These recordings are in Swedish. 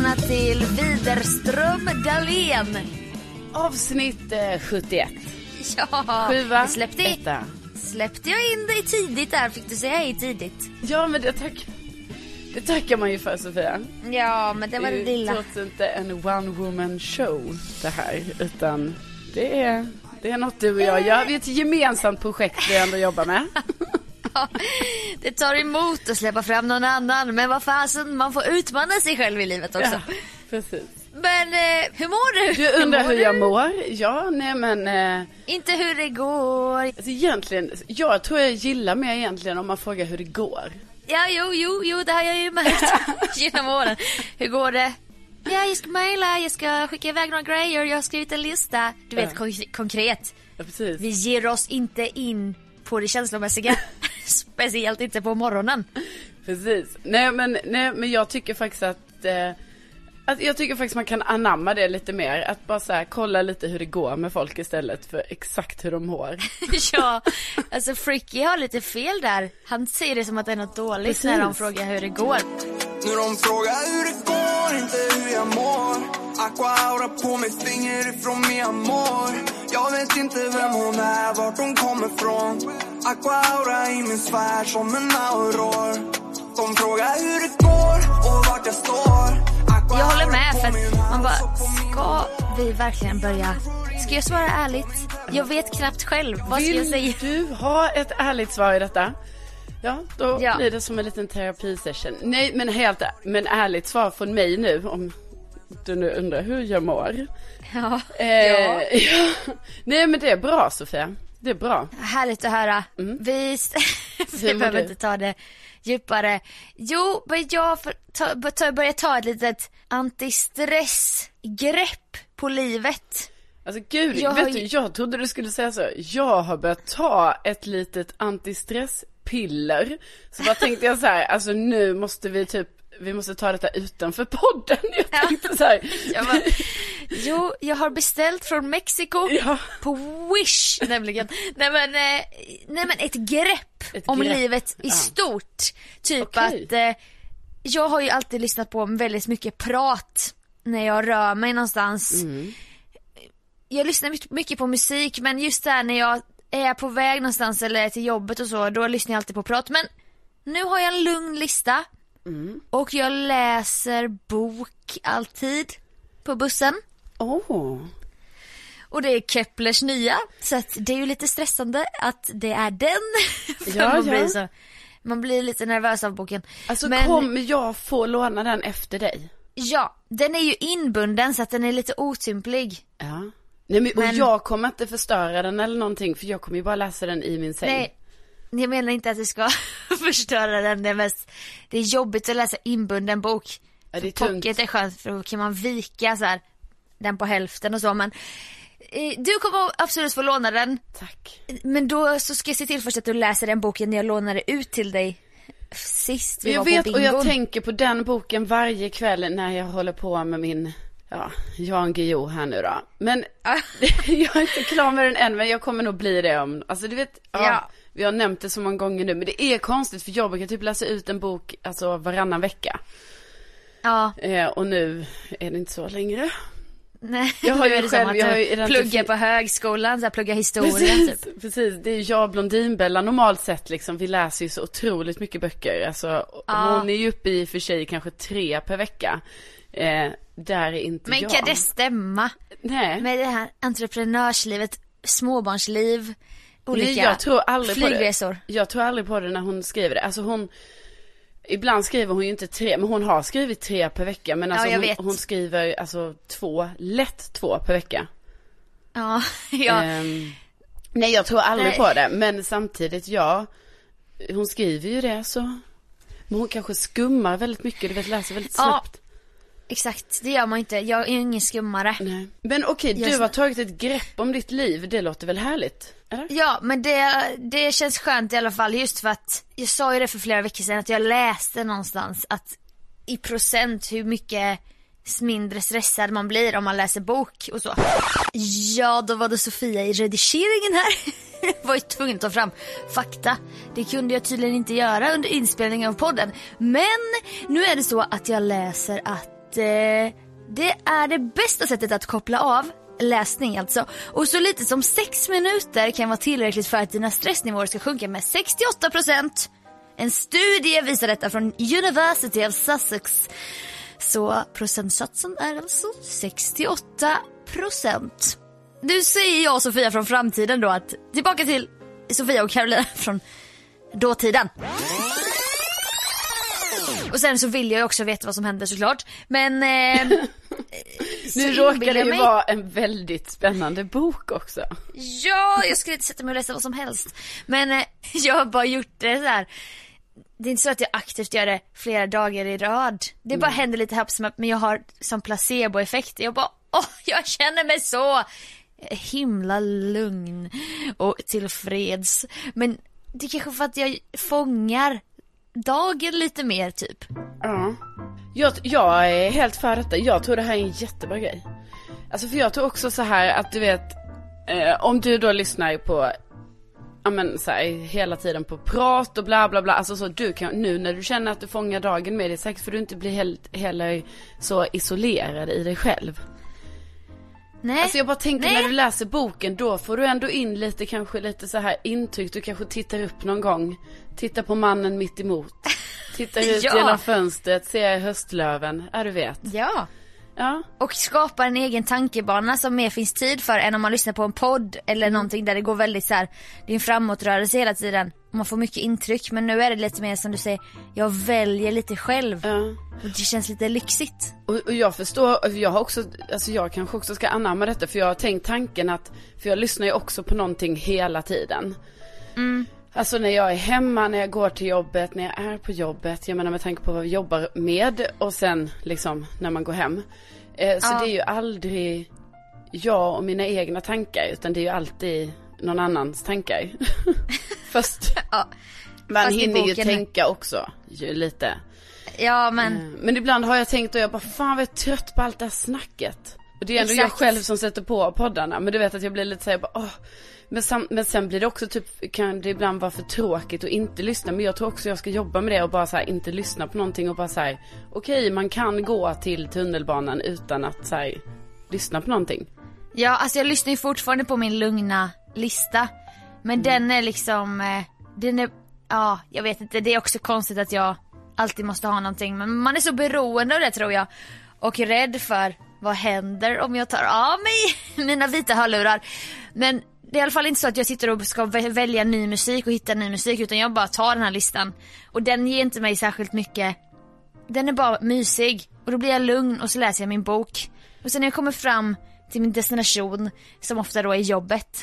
välkomna till Widerström Dahlén. Avsnitt 71. Ja, 7, släppte jag in dig tidigt där, fick du säga hej tidigt. Ja, men det tackar man ju för, Sofia. Ja, men det var det lilla. Trots inte en one-woman show det här, utan det är något du och jag gör. Vi är ett gemensamt projekt vi ändå jobbar med. Ja, det tar emot att släppa fram någon annan, men vad fasen, man får utmana sig själv i livet också. Ja, precis. Men hur mår du? Du undrar hur jag mår? Ja, nej men... Inte hur det går. Alltså egentligen, jag tror jag gillar mer egentligen om man frågar hur det går. Ja, jo, det har jag ju märkt genom åren. Hur går det? Ja, jag ska mejla, jag ska skicka iväg några grejer, jag har skrivit en lista. Du vet, konkret. Ja, precis. Vi ger oss inte in på det känslomässiga. Speciellt inte på morgonen. Precis. Nej, men jag tycker faktiskt att jag tycker faktiskt man kan anamma det lite mer. Att bara så här, kolla lite hur det går med folk istället för exakt hur de mår. Ja, alltså Fricky har lite fel där. Han säger det som att det är något dåligt. Precis. När de frågar hur det går. Nu de frågar hur det går, inte hur jag mår. Aqua aura på mitt finger ifrån min amor. Jag vet inte vem hon är, vart hon kommer från. Aqua aura i min sfär som en auror. De frågar hur det går och vart jag står. Jag håller med, för att man bara, ska vi verkligen börja? Ska jag svara ärligt? Jag vet knappt själv, vad ska jag säga? Vill du ha ett ärligt svar i detta? Ja, då blir det som en liten terapisession. Nej, men ärligt svar från mig nu, om du nu undrar hur jag mår. Ja. Nej, men det är bra, Sofia. Det är bra. Härligt att höra. Vi behöver inte ta det djupare. Jo, men jag börjar ta ett litet antistressgrepp på livet. Alltså gud, jag trodde du skulle säga så. Jag har börjat ta ett litet antistresspiller. Så bara tänkte jag så här, alltså nu måste vi måste ta detta utanför podden. Jag tänkte så här. Jag har beställt från Mexiko på Wish nämligen. Nej men ett grepp om livet i stort. Typ att jag har ju alltid lyssnat på väldigt mycket prat när jag rör mig någonstans. Jag lyssnar mycket på musik, men just där när jag är på väg någonstans eller till jobbet och så, då lyssnar jag alltid på prat. Men nu har jag en lugn lista. Och jag läser bok alltid på bussen. Och det är Keplers nya. Så att det är ju lite stressande att det är den. Man blir lite nervös av boken. Alltså kommer jag få låna den efter dig? Ja, den är ju inbunden så att den är lite otymplig. Ja. Nej, men... Och jag kommer inte förstöra den eller någonting, för jag kommer ju bara läsa den i min säng. Nej, jag menar inte att du ska förstöra den. Det är jobbigt att läsa inbunden bok. Ja, det är pocket är skönt, för då kan man vika så här, den på hälften och så. Men du kommer absolut få låna den. Tack. Men då så ska jag se till först att du läser den boken jag lånade ut till dig sist vi jag var vet, på och jag tänker på den boken varje kväll när jag håller på med min Jan Guillou här nu då. Men jag är inte klar med den än, men jag kommer nog bli det om, alltså du vet, vi har nämnt det så många gånger nu, men det är konstigt för jag brukar typ läsa ut en bok alltså varannan vecka. Ja. Och nu är det inte så längre. Nej, jag har ju själv plugga på högskolan, så här, plugga historia typ. Precis, det är ju jag, Blondinbella normalt sett liksom, vi läser ju så otroligt mycket böcker. Alltså hon är ju uppe i för sig kanske 3 per vecka. Där är inte men jag. Kan det stämma? Nej. Med det här entreprenörslivet, småbarnsliv, olika jag tror aldrig flygresor. På det. Jag tror aldrig på det när hon skriver det. Alltså ibland skriver hon ju inte 3, men hon har skrivit 3 per vecka. Men alltså hon skriver alltså 2 per vecka. Ja. Nej, jag tror aldrig på det. Men samtidigt, hon skriver ju det så. Men hon kanske skummar väldigt mycket, du vet, läser väldigt snabbt. Ja, exakt, det gör man inte. Jag är ingen skummare. Nej. Men okej, du har tagit ett grepp om ditt liv. Det låter väl härligt? Eller? Ja, men det känns skönt i alla fall. Just för att jag sa ju det för flera veckor sedan, att jag läste någonstans att i procent hur mycket mindre stressad man blir om man läser bok och så. Ja, då var det Sofia i redigeringen här. Var ju tvungen att ta fram fakta. Det kunde jag tydligen inte göra under inspelningen av podden. Men nu är det så att jag läser att att det är det bästa sättet att koppla av. Läsning alltså. Och så lite som 6 minuter kan vara tillräckligt för att dina stressnivåer ska sjunka med 68%. En studie visar detta från University of Sussex. Så procentsatsen är alltså 68%. Nu säger jag och Sofia från framtiden då att tillbaka till Sofia och Carolina från dåtiden. Och sen så vill jag också veta vad som händer såklart. Men nu råkar det ju vara en väldigt spännande bok också. Ja, jag skulle inte sätta mig och läsa vad som helst. Men jag har bara gjort det så här. Det är inte så att jag aktivt gör det flera dagar i rad. Det bara händer lite happsmapp. Men jag har som placeboeffekt. Jag bara, jag känner mig så himla lugn och tillfreds. Men det är kanske för att jag fångar dagen lite mer typ. Ja. Jag är helt för detta. Jag tror det här är en jättebra grej. Alltså för jag tror också så här att du vet, om du då lyssnar på så här, hela tiden på prat och bla bla bla, alltså så du kan nu när du känner att du fångar dagen med dig, säkert för du inte blir heller så isolerad i dig själv. Nej. Alltså jag bara tänker när du läser boken, då får du ändå in lite, kanske lite så här intryck. Du kanske tittar upp någon gång, tittar på mannen mitt emot, tittar ut genom fönstret, ser höstlöven, du vet. Ja. Och skapar en egen tankebana som mer finns tid för än om man lyssnar på en podd eller någonting där det går väldigt så här, det är en framåtrörelse hela tiden. Man får mycket intryck, men nu är det lite mer som du säger, jag väljer lite själv. Och det känns lite lyxigt. Och jag förstår, jag har också, alltså jag kanske också ska anamma detta, för jag har tänkt tanken att, för jag lyssnar ju också på någonting hela tiden. Alltså när jag är hemma, när jag går till jobbet, när jag är på jobbet, jag menar med tanke på vad vi jobbar med, och sen liksom när man går hem. Så det är ju aldrig jag och mina egna tankar, utan det är ju alltid någon annans tankar. Först man hinner ju tänka också ju lite. Ja, men ibland har jag tänkt och jag bara, fan vad jag är trött på allt det här snacket. Och det är ändå jag själv som sätter på poddarna. Men du vet att jag blir lite så här, bara, men sen blir det också typ, kan det ibland vara för tråkigt att inte lyssna. Men jag tror också jag ska jobba med det och bara så här, inte lyssna på någonting och bara så här, okej, man kan gå till tunnelbanan utan att så här, lyssna på någonting. Ja, alltså jag lyssnar ju fortfarande på min lugna lista. Men den är liksom, jag vet inte, det är också konstigt att jag alltid måste ha någonting. Men man är så beroende av det, tror jag. Och rädd för vad händer om jag tar av mig mina vita hörlurar. Men det är i alla fall inte så att jag sitter och ska välja ny musik och hitta ny musik, utan jag bara tar den här listan. Och den ger inte mig särskilt mycket. Den är bara mysig. Och då blir jag lugn och så läser jag min bok. Och sen när jag kommer fram till min destination, som ofta då är jobbet,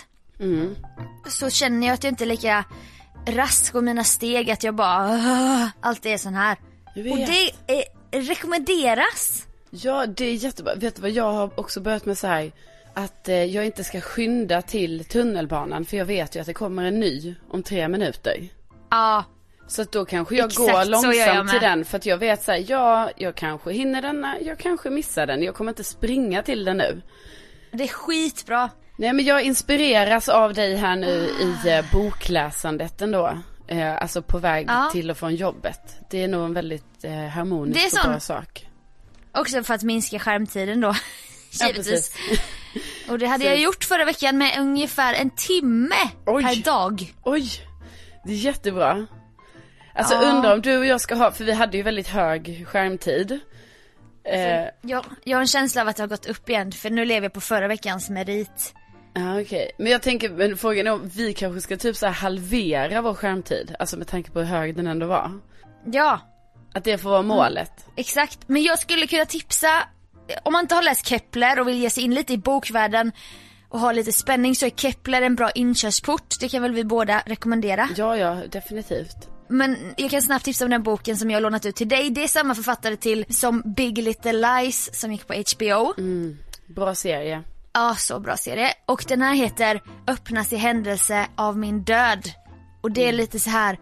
så känner jag att jag inte är lika rask och mina steg, att jag bara allt är sån här. Och det rekommenderas. Ja, det är jättebra. Vet du vad, jag har också börjat med så här, att jag inte ska skynda till tunnelbanan, för jag vet ju att det kommer en ny om 3 minuter. Ja. Så att då kanske jag går långsamt till den, för att jag vet så här, jag kanske hinner den, jag kanske missar den. Jag kommer inte springa till den nu. Det är skitbra. Nej, men jag inspireras av dig här nu i bokläsandet ändå. Alltså på väg till och från jobbet. Det är nog en väldigt harmonisk och bra sak. Också för att minska skärmtiden då. Givetvis. Och det hade jag gjort förra veckan med ungefär 1 timme per dag. Oj, det är jättebra. Alltså undrar om du och jag ska ha, för vi hade ju väldigt hög skärmtid. Jag har en känsla av att det har gått upp igen, för nu lever jag på förra veckans merit. Okej. Men jag tänker, men frågan är om vi kanske ska typ så här halvera vår skärmtid. Alltså med tanke på hur hög den ändå var. Ja. Att det får vara målet. Exakt. Men jag skulle kunna tipsa, om man inte har läst Kepler och vill ge sig in lite i bokvärlden och ha lite spänning, så är Kepler en bra inkörsport. Det kan väl vi båda rekommendera. Ja, definitivt. Men jag kan snabbt tipsa om den boken som jag har lånat ut till dig. Det är samma författare till som Big Little Lies, som gick på HBO. Bra serie. Ja, så bra serie. Och den här heter Öppnas i händelse av min död. Och det är lite så här,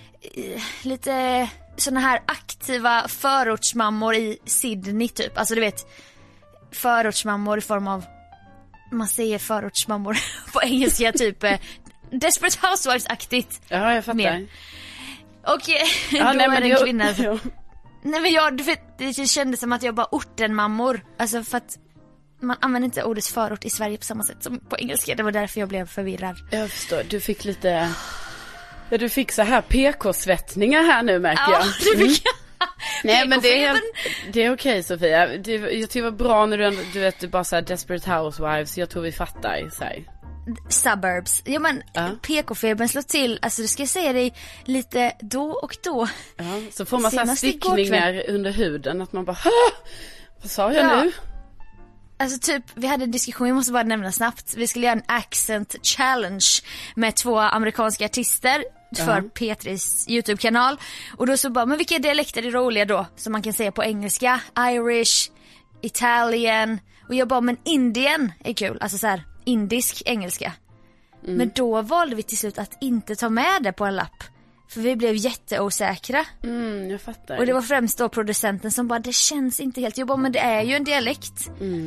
lite såna här aktiva förortsmammor i Sydney typ. Alltså du vet, förortsmammor i form av, man säger förortsmammor på engelska typ Desperate Housewives-aktigt. Ja, jag fattar. Mer. Och då är det en kvinna Nej men du vet, det kändes som att jag bara ortenmammor. Alltså för att man använder inte ordet förort i Sverige på samma sätt som på engelska. Det var därför jag blev förvirrad. Jag förstår, du fick lite... Ja, du fick så här PK-svettningar här nu märker jag. Du fick... Nej men det är okej, Sofia. Jag tycker det var bra när du vet du bara så här Desperate Housewives. Jag tror vi fattar så här. Suburbs. Ja men PK-febern slår till. Alltså du ska säga dig lite då och då. Ja, så får man så här stickningar under huden. Att man bara, vad sa jag nu? Alltså typ, vi hade en diskussion, jag måste bara nämna snabbt. Vi skulle göra en accent challenge med 2 amerikanska artister för P3s YouTube-kanal. Och då så bara, men vilka dialekter är roliga då? Som man kan säga på engelska. Irish, Italian. Och jag bara, men Indian är kul. Alltså så här, indisk engelska. Men då valde vi till slut att inte ta med det på en lapp. För vi blev jätteosäkra. Jag fattar. Och det var främst då producenten som bara, det känns inte helt. Jag bara, men det är ju en dialekt.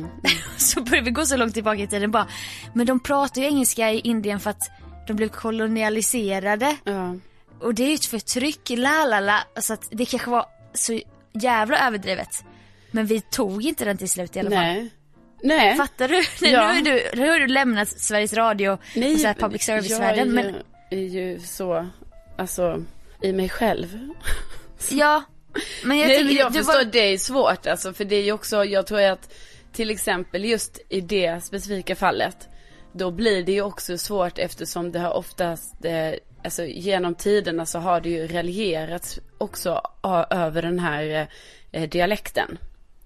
Så började vi gå så långt tillbaka i tiden bara, men de pratar ju engelska i Indien för att de blev kolonialiserade. Och det är ju ett förtryck, så att det kanske var så jävla överdrivet. Men vi tog inte den till slut i alla fall. Nej. Fattar du? Ja. Nu har du lämnat Sveriges Radio och så här public service-världen. Men är ju så, alltså, i mig själv. Ja, men jag förstår, det är svårt alltså, för det är ju också, jag tror att till exempel just i det specifika fallet, då blir det ju också svårt eftersom det har oftast alltså genom tiderna så har det ju raljerats också över den här dialekten.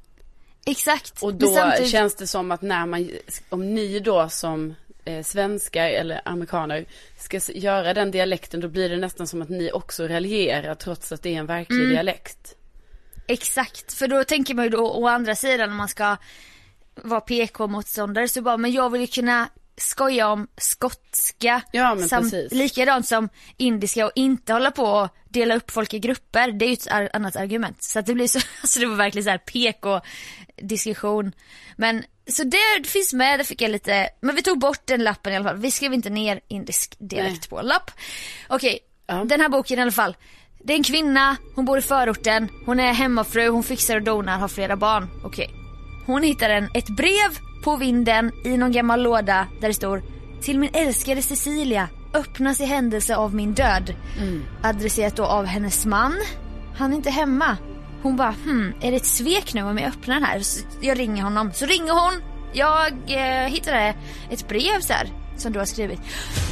Exakt. Och då känns det som att om ni då som svenskar eller amerikaner ska göra den dialekten, då blir det nästan som att ni också raljerar trots att det är en verklig dialekt. Exakt, för då tänker man ju då å andra sidan, om man ska vara PK-motståndare, så bara, men jag vill ju kunna skoja om skotska, likadant som indiska, och inte hålla på och dela upp folk i grupper. Det är ju ett annat argument. Så att det blir så, alltså det var verkligen så här PK-diskussion. Men så det finns med, det fick jag lite, men vi tog bort den lappen i alla fall. Vi skrev inte ner indisk dialekt på en lapp. Okej, den här boken i alla fall. Det är en kvinna, hon bor i förorten, hon är hemmafru, hon fixar och donar, har flera barn. Okej. Hon hittar ett brev på vinden i någon gammal låda där det står: till min älskade Cecilia, öppnas i händelse av min död. Adresserat då av hennes man. Han är inte hemma. Hon bara, är det ett svek nu om jag öppnar den här? Så jag ringer honom. Så ringer hon. Jag hittade ett brev så här, som du har skrivit.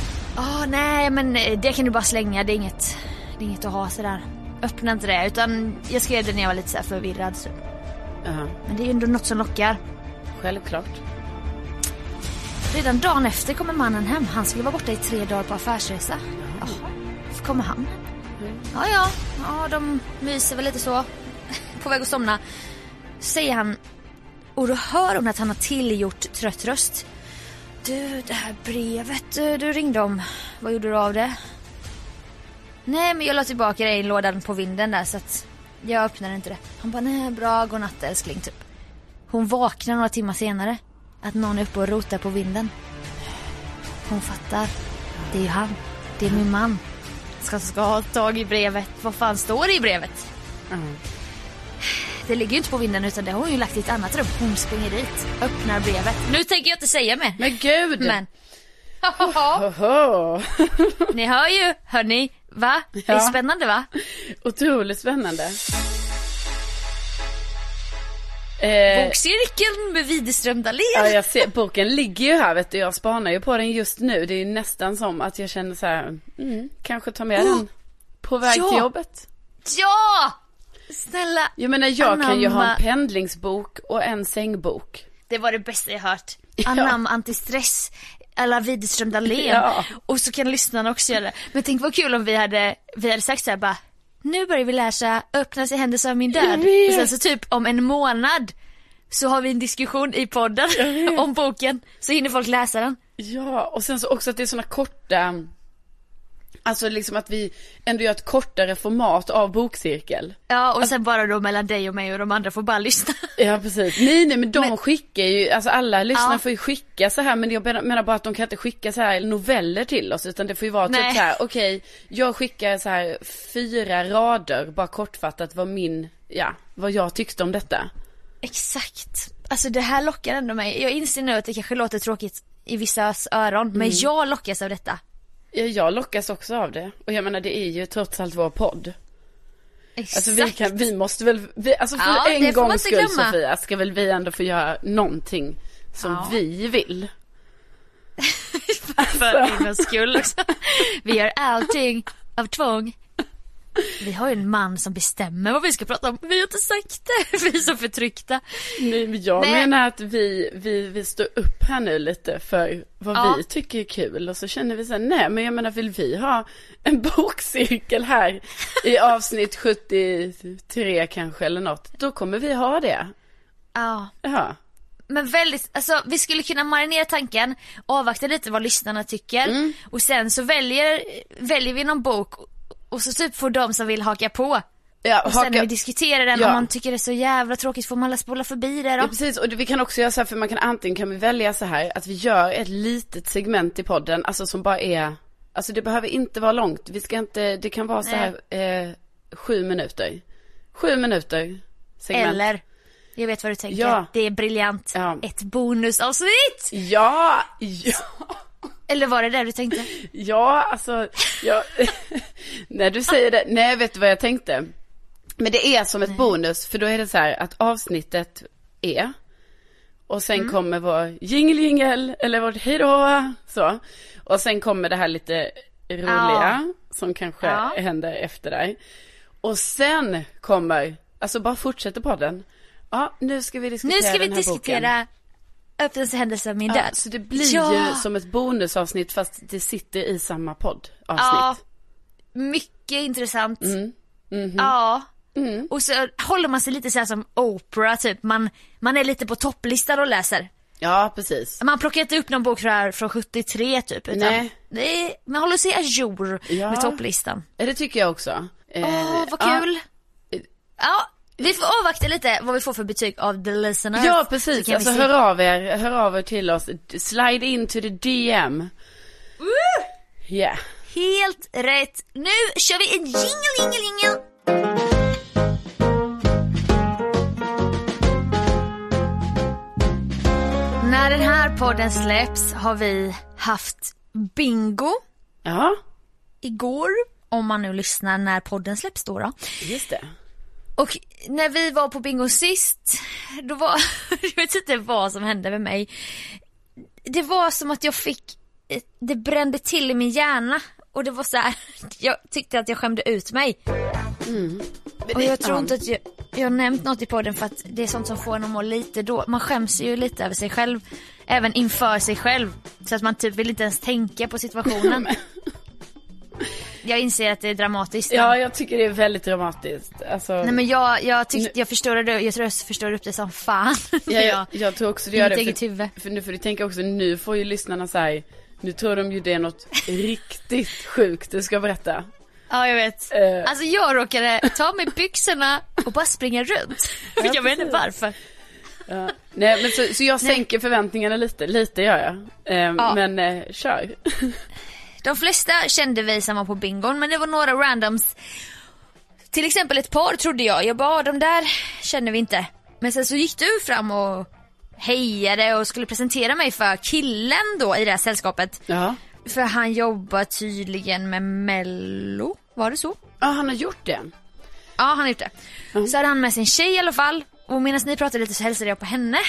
Nej, men det kan du bara slänga. Det är inget att ha så där. Öppna inte det, utan jag skrev det när jag var lite så här förvirrad så. Men det är ju ändå något som lockar. Självklart. Redan dagen efter kommer mannen hem. Han skulle vara borta i 3 dagar på affärsresa. Så kommer han. Ja, de myser väl lite så. På väg att somna, säger han. Och då hör hon att han har tillgjort trött röst. Du, det här brevet du ringde om, vad gjorde du av det? Nej, men jag la tillbaka det i lådan på vinden där, så att jag öppnade inte det. Han bara, nej, bra, godnatt älskling typ. Hon vaknar några timmar senare att någon är uppe och rotar på vinden. Hon fattar. Det är ju han. Det är min man. Ska ha tag i brevet. Vad fan står det i brevet? Det ligger ju inte på vinden, utan det har hon ju lagt i ett annat rum. Hon springer dit, öppnar brevet. Nu tänker jag inte säga mer. Men gud! Men ni hör ju, hörni, va? Ja. Det är spännande, va? Otroligt spännande. Bokcirkeln med Widerström Dahlén. Ja, jag ser, boken ligger ju här, vet du. Jag spanar ju på den just nu. Det är ju nästan som att jag känner så här, kanske ta med den på väg till jobbet. Ja! Snälla. Jag menar, jag kan ju ha en pendlingsbok och en sängbok. Det var det bästa jag hört. Anamma antistress eller Widerström Dahlén. Ja. Och så kan lyssnarna också göra det. Men tänk vad kul om vi hade sagt så här bara, nu börjar vi läsa öppna sig händelse av min död. Och sen så typ om en månad så har vi en diskussion i podden om boken. Så hinner folk läsa den. Ja, och sen så också att det är såna korta, alltså liksom att vi ändå gör ett kortare format av bokcirkel. Ja, och sen bara då mellan dig och mig, och de andra får bara lyssna. Ja, precis. Nej, men de skickar ju, alltså alla lyssnare får ju skicka så här, men jag menar bara att de kan inte skicka så här noveller till oss, utan det får ju vara typ så här, okej, jag skickar så här 4 rader, bara kortfattat vad min vad jag tyckte om detta. Exakt. Alltså det här lockar ändå mig. Jag inser nu att det kanske låter tråkigt i vissas öron, men jag lockas av detta. Jag lockas också av det. Och jag menar, det är ju trots allt vår podd. Exakt. Alltså vi måste väl, för en gångs skull, Sofia, ska väl vi ändå få göra någonting som vi vill. För en skull också. Vi gör allting av tvång. Vi har ju en man som bestämmer vad vi ska prata om. Vi har inte sagt det. Vi är så förtryckta. Nej, men jag menar att vi står upp här nu lite för vad vi tycker är kul. Och så känner vi så här, nej, men jag menar, vill vi ha en bokcirkel här i avsnitt 73 kanske eller något, då kommer vi ha det. Ja. Men väldigt, alltså vi skulle kunna marinera tanken, avvakta lite vad lyssnarna tycker, och sen så väljer vi någon bok, och så typ får de som vill haka på. Ja, och sen när vi diskuterar den, om man tycker det är så jävla tråkigt, får man spola förbi det då. Ja, precis, och vi kan också göra så här, för man kan antingen välja så här att vi gör ett litet segment i podden, alltså som bara är, alltså det behöver inte vara långt. Vi ska inte, det kan vara så här 7 minuter. 7 minuter segment. Eller, jag vet vad du tänker. Det är briljant. Ett bonusavsnitt. Ja. Eller var det där du tänkte? Ja, alltså när du säger det, nej, vet du vad jag tänkte? Men det är som ett bonus, för då är det så här att avsnittet är, och sen kommer vår jingle eller vårt hejdå, så. Och sen kommer det här lite roliga som kanske händer efter dig. Och sen kommer, alltså bara fortsätter podden. Ja, nu ska vi diskutera öppningshändelsen av min död. Så det blir ju som ett bonusavsnitt, fast det sitter i samma poddavsnitt. Ja, mycket intressant. Och så håller man sig lite så här som Oprah typ. Man är lite på topplistan och läser. Ja, precis. Man plockar inte upp någon bok från 73 typ, utan man håller sig ajour med topplistan. Det tycker jag också. Vad kul. Ja, vi får avvakta lite vad vi får för betyg av the listeners. Ja, precis. Alltså hör av er till oss. Slide in to the DM. Yeah. Helt rätt. Nu kör vi en jingle. När den här podden släpps har vi haft bingo. Ja. Igår, om man nu lyssnar när podden släpps då. Just det. Och när vi var på bingo sist, då var, jag vet inte vad som hände med mig. Det var som att det brände till i min hjärna. Och det var så här, jag tyckte att jag skämde ut mig. Och jag tror inte att jag har nämnt något i podden, för att det är sånt som får en att må lite då. Man skäms ju lite över sig själv, även inför sig själv. Så att man typ vill inte ens tänka på situationen. Jag inser att det är dramatiskt. Ja, jag tycker det är väldigt dramatiskt. Alltså, nej, men jag förstår det. Jag tror jag förstår upp det som fan. Jag tror också det gör det. För nu får du tänka också, nu får ju lyssnarna säga, nu tror de ju det är något riktigt sjukt du ska berätta. Ja, jag vet. Alltså jag råkade ta med byxorna och bara springa runt. Ja, jag vet inte varför. Ja. Nej, men så jag sänker förväntningarna lite gör jag. Men kör. De flesta kände vi som var på bingon, men det var några randoms. Till exempel ett par trodde jag. Jag bara, de där känner vi inte. Men sen så gick du fram och hejade och skulle presentera mig för killen då i det här sällskapet. Ja. För han jobbar tydligen med Mello. Var det så? Ja, han har gjort det. Ja, han har gjort det. Så hade han med sin tjej i alla fall. Och medan ni pratade lite så hälsade jag på henne.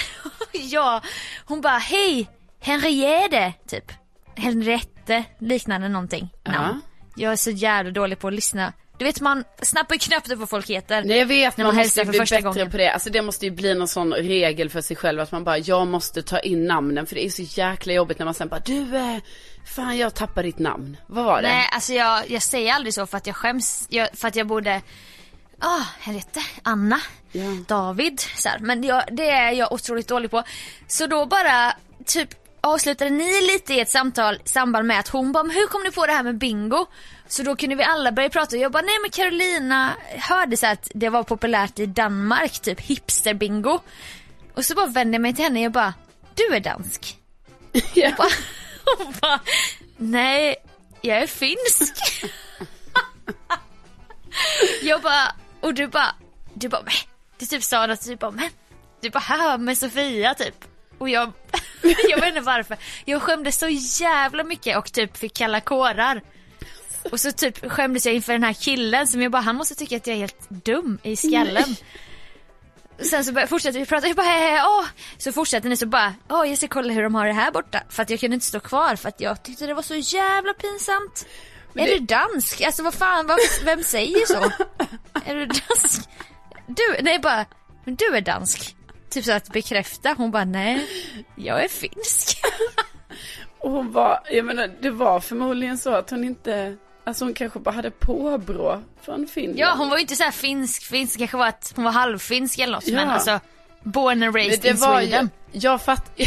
Hon bara, hej, Henriette, typ. Henriette, liknande någonting. Jag är så jävla dålig på att lyssna. Du vet, man snappar ju knappt upp vad folk heter. Nej, jag vet, när man måste för bli första bättre gången. på det. Alltså det måste ju bli någon sån regel för sig själv, att man bara, jag måste ta in namnen. För det är så jäkla jobbigt när man sen bara, fan, jag tappar ditt namn. Vad var det? Nej, alltså jag säger aldrig så för att jag skäms. För att jag borde... Henriette, Anna, David så här. Men det är jag otroligt dålig på. Så då bara typ avslutade ni lite i ett samtal samband med att hon bara, hur kom ni på det här med bingo? Så då kunde vi alla börja prata. Och jag bara, nej men Carolina hörde så att det var populärt i Danmark, typ hipster bingo. Och så bara vände jag mig till henne och jag bara, du är dansk. Hon bara, nej, jag är finsk. Jag bara, och du bara, du bara, men. Du typ sa något, typ bara, men. Du bara, här med Sofia typ. Och jag vet inte varför. Jag skämdes så jävla mycket och typ fick kalla kårar. Och så typ skämdes jag inför den här killen som jag bara, han måste tycka att jag är helt dum i skallen. Sen så fortsätter vi prata. Jag bara, så fortsätter ni så bara, jag ska kolla hur de har det här borta. För att jag kunde inte stå kvar för att jag tyckte det var så jävla pinsamt. Men är du dansk? Alltså vad fan, vem säger så? Är du dansk? Men du är dansk. Typ så att bekräfta. Hon bara, nej, jag är finsk. Och hon var, jag menar, det var förmodligen så att hon inte, alltså hon kanske bara hade påbrå från Finland. Ja, hon var ju inte så här finsk, kanske var att hon var halvfinsk eller något, men alltså born and raised in Sweden. Jag fattar,